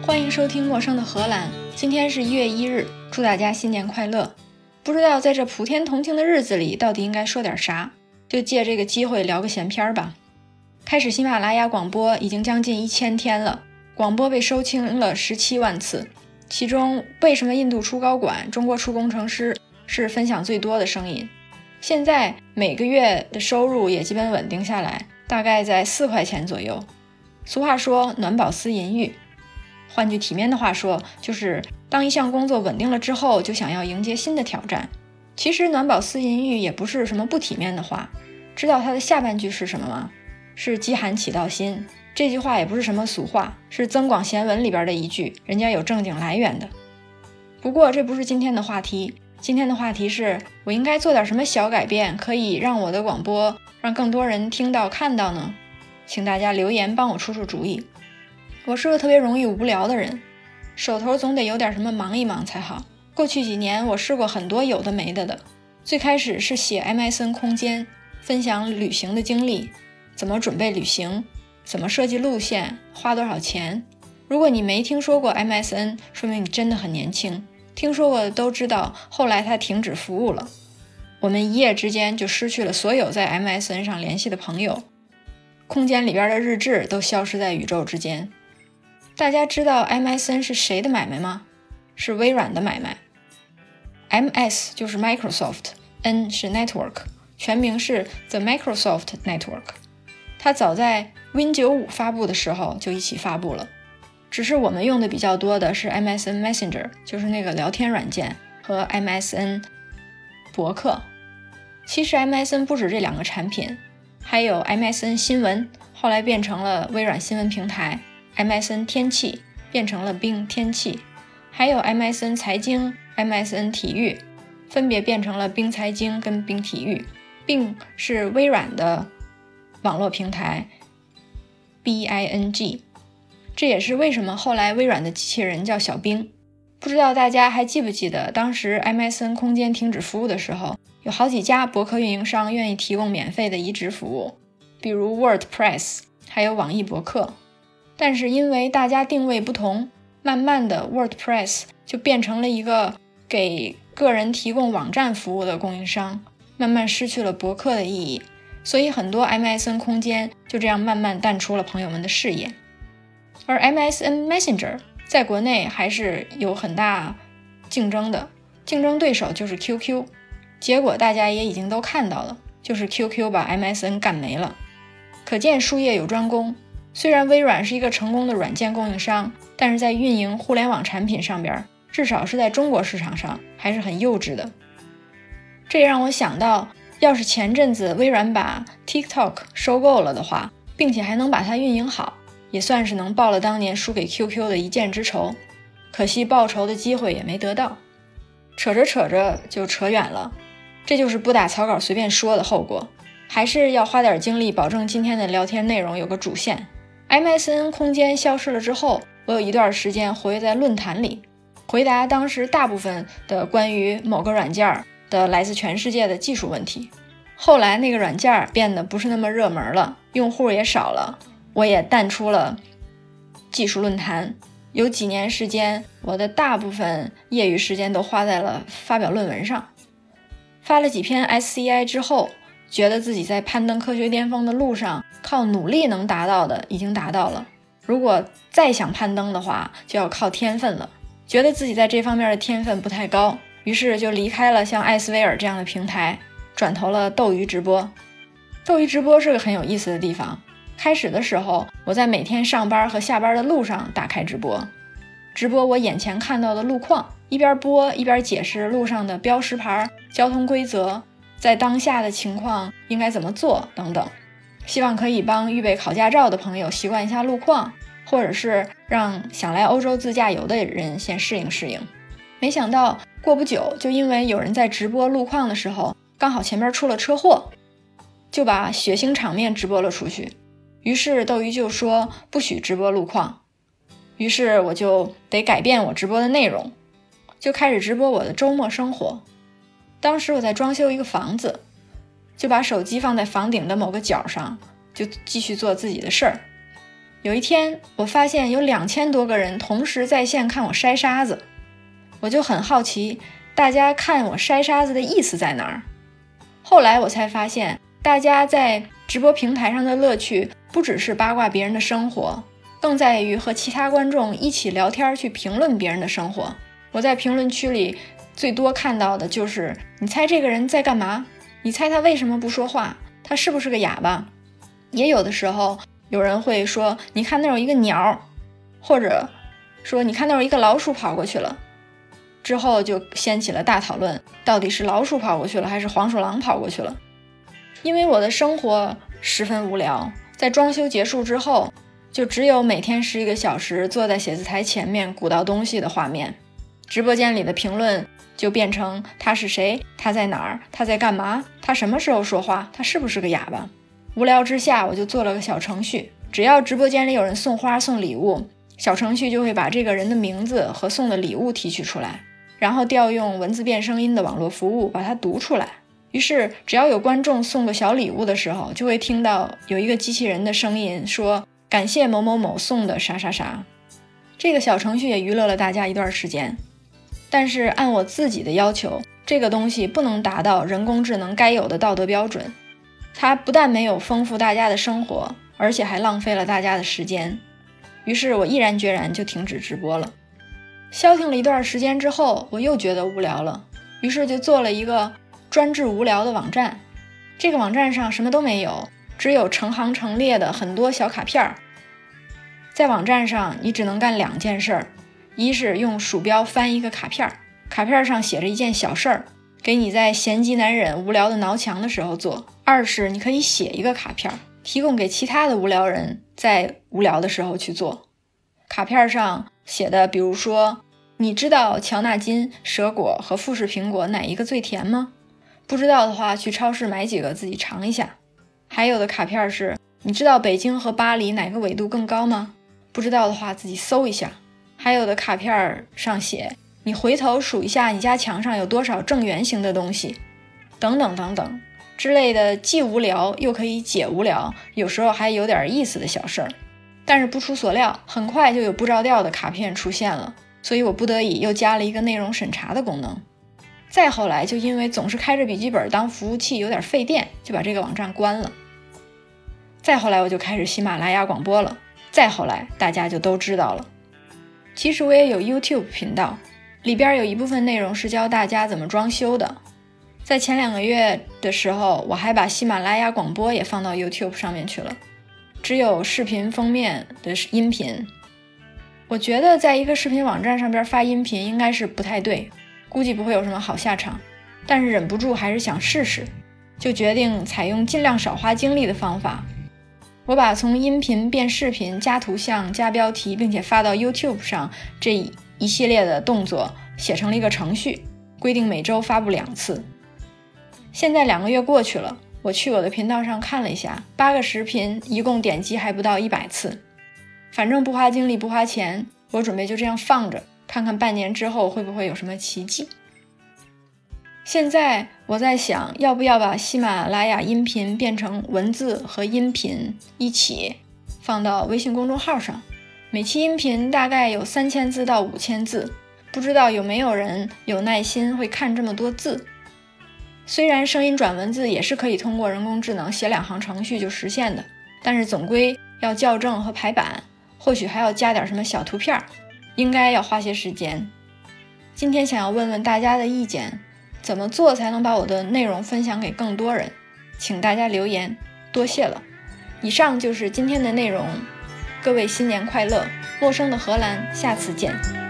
欢迎收听陌生的荷兰，今天是1月1日，祝大家新年快乐。不知道在这普天同庆的日子里到底应该说点啥，就借这个机会聊个闲篇吧。开始喜马拉雅广播已经将近1000天了，广播被收听了17万次，其中为什么印度出高管，中国出工程师是分享最多的声音。现在每个月的收入也基本稳定下来，大概在4块钱左右。俗话说暖饱思淫欲，换句体面的话说，就是当一项工作稳定了之后，就想要迎接新的挑战。其实暖饱思淫欲也不是什么不体面的话，知道它的下半句是什么吗？是饥寒起盗心。这句话也不是什么俗话，是增广贤文里边的一句，人家有正经来源的。不过这不是今天的话题，今天的话题是我应该做点什么小改变，可以让我的广播让更多人听到看到呢？请大家留言帮我出出主意。我是个特别容易无聊的人，手头总得有点什么忙一忙才好。过去几年我试过很多有的没的，最开始是写 MSN 空间，分享旅行的经历，怎么准备旅行，怎么设计路线，花多少钱。如果你没听说过 MSN， 说明你真的很年轻，听说过的都知道后来它停止服务了，我们一夜之间就失去了所有在 MSN 上联系的朋友，空间里边的日志都消失在宇宙之间。大家知道 MSN 是谁的买卖吗？是微软的买卖。MS 就是 Microsoft， N 是 Network， 全名是 The Microsoft Network。 它早在 Win95 发布的时候就一起发布了，只是我们用的比较多的是 MSN Messenger， 就是那个聊天软件，和 MSN 博客。其实 MSN 不止这2个产品，还有 MSN 新闻，后来变成了微软新闻平台， MSN 天气变成了冰天气，还有 MSN 财经、MSN 体育，分别变成了冰财经跟冰体育。并是微软的网络平台 BING， 这也是为什么后来微软的机器人叫小冰。不知道大家还记不记得当时 MSN 空间停止服务的时候，有好几家博客运营商愿意提供免费的移植服务，比如 WordPress 还有网易博客。但是因为大家定位不同，慢慢的 WordPress 就变成了一个给个人提供网站服务的供应商，慢慢失去了博客的意义，所以很多 MSN 空间就这样慢慢淡出了朋友们的视野。而 MSN Messenger 在国内还是有很大竞争的，竞争对手就是 QQ， 结果大家也已经都看到了，就是 QQ 把 MSN 干没了。可见术业有专攻，虽然微软是一个成功的软件供应商，但是在运营互联网产品上边，至少是在中国市场上还是很幼稚的。这让我想到，要是前阵子微软把 TikTok 收购了的话，并且还能把它运营好，也算是能报了当年输给 QQ 的一箭之仇。可惜报仇的机会也没得到。扯着扯着就扯远了，这就是不打草稿随便说的后果。还是要花点精力保证今天的聊天内容有个主线。MSN 空间消失了之后，我有一段时间活跃在论坛里，回答当时大部分的关于某个软件的来自全世界的技术问题。后来那个软件变得不是那么热门了，用户也少了，我也淡出了技术论坛。有几年时间，我的大部分业余时间都花在了发表论文上。发了几篇 SCI 之后，觉得自己在攀登科学巅峰的路上，靠努力能达到的已经达到了，如果再想攀登的话，就要靠天分了。觉得自己在这方面的天分不太高，于是就离开了像艾斯威尔这样的平台，转投了斗鱼直播。斗鱼直播是个很有意思的地方。开始的时候，我在每天上班和下班的路上打开直播，直播我眼前看到的路况，一边播一边解释路上的标识牌、交通规则，在当下的情况应该怎么做等等，希望可以帮预备考驾照的朋友习惯一下路况，或者是让想来欧洲自驾游的人先适应适应。没想到过不久，就因为有人在直播路况的时候刚好前面出了车祸，就把血腥场面直播了出去。于是斗鱼就说不许直播路况，于是我就得改变我直播的内容，就开始直播我的周末生活。当时我在装修一个房子，就把手机放在房顶的某个角上，就继续做自己的事儿。 有一天我发现有2000多个人同时在线看我筛沙子，我就很好奇大家看我筛沙子的意思在哪儿。后来我才发现，大家在直播平台上的乐趣不只是八卦别人的生活，更在于和其他观众一起聊天，去评论别人的生活。我在评论区里最多看到的就是你猜这个人在干嘛，你猜他为什么不说话，他是不是个哑巴。也有的时候有人会说你看那有一个鸟，或者说你看那有一个老鼠跑过去了，之后就掀起了大讨论，到底是老鼠跑过去了还是黄鼠狼跑过去了。因为我的生活十分无聊，在装修结束之后就只有每天11个小时坐在写字台前面鼓捣东西的画面，直播间里的评论就变成他是谁，他在哪儿，他在干嘛，他什么时候说话，他是不是个哑巴。无聊之下我就做了个小程序，只要直播间里有人送花送礼物，小程序就会把这个人的名字和送的礼物提取出来，然后调用文字变声音的网络服务把它读出来。于是只要有观众送个小礼物的时候，就会听到有一个机器人的声音说感谢某某某送的啥啥啥。这个小程序也娱乐了大家一段时间，但是按我自己的要求，这个东西不能达到人工智能该有的道德标准。它不但没有丰富大家的生活，而且还浪费了大家的时间。于是我毅然决然就停止直播了。消停了一段时间之后，我又觉得无聊了，于是就做了一个专治无聊的网站。这个网站上什么都没有，只有成行成列的很多小卡片。在网站上你只能干2件事，一是用鼠标翻一个卡片，卡片上写着一件小事儿，给你在闲极难忍无聊的挠墙的时候做；二是你可以写一个卡片，提供给其他的无聊人在无聊的时候去做。卡片上写的比如说，你知道乔纳金、蛇果和富士苹果哪一个最甜吗？不知道的话去超市买几个自己尝一下。还有的卡片是，你知道北京和巴黎哪个纬度更高吗？不知道的话自己搜一下。还有的卡片上写，你回头数一下你家墙上有多少正圆形的东西，等等等等之类的，既无聊又可以解无聊，有时候还有点意思的小事儿。但是不出所料，很快就有不着调的卡片出现了，所以我不得已又加了一个内容审查的功能。再后来就因为总是开着笔记本当服务器有点费电，就把这个网站关了。再后来我就开始喜马拉雅广播了，再后来大家就都知道了。其实我也有 YouTube 频道，里边有一部分内容是教大家怎么装修的。在前2个月的时候，我还把喜马拉雅广播也放到 YouTube 上面去了，只有视频封面的音频。我觉得在一个视频网站上边发音频应该是不太对，估计不会有什么好下场，但是忍不住还是想试试，就决定采用尽量少花精力的方法。我把从音频变视频、加图像、加标题并且发到 YouTube 上这一系列的动作写成了一个程序，规定每周发布2次。现在2个月过去了，我去我的频道上看了一下，8个视频一共点击还不到100次。反正不花精力不花钱，我准备就这样放着，看看半年之后会不会有什么奇迹。现在我在想，要不要把喜马拉雅音频变成文字和音频一起放到微信公众号上，每期音频大概有3000字到5000字，不知道有没有人有耐心会看这么多字。虽然声音转文字也是可以通过人工智能写2行程序就实现的，但是总归要校正和排版，或许还要加点什么小图片，应该要花些时间。今天想要问问大家的意见，怎么做才能把我的内容分享给更多人？请大家留言，多谢了。以上就是今天的内容，各位新年快乐，陌生的荷兰，下次见。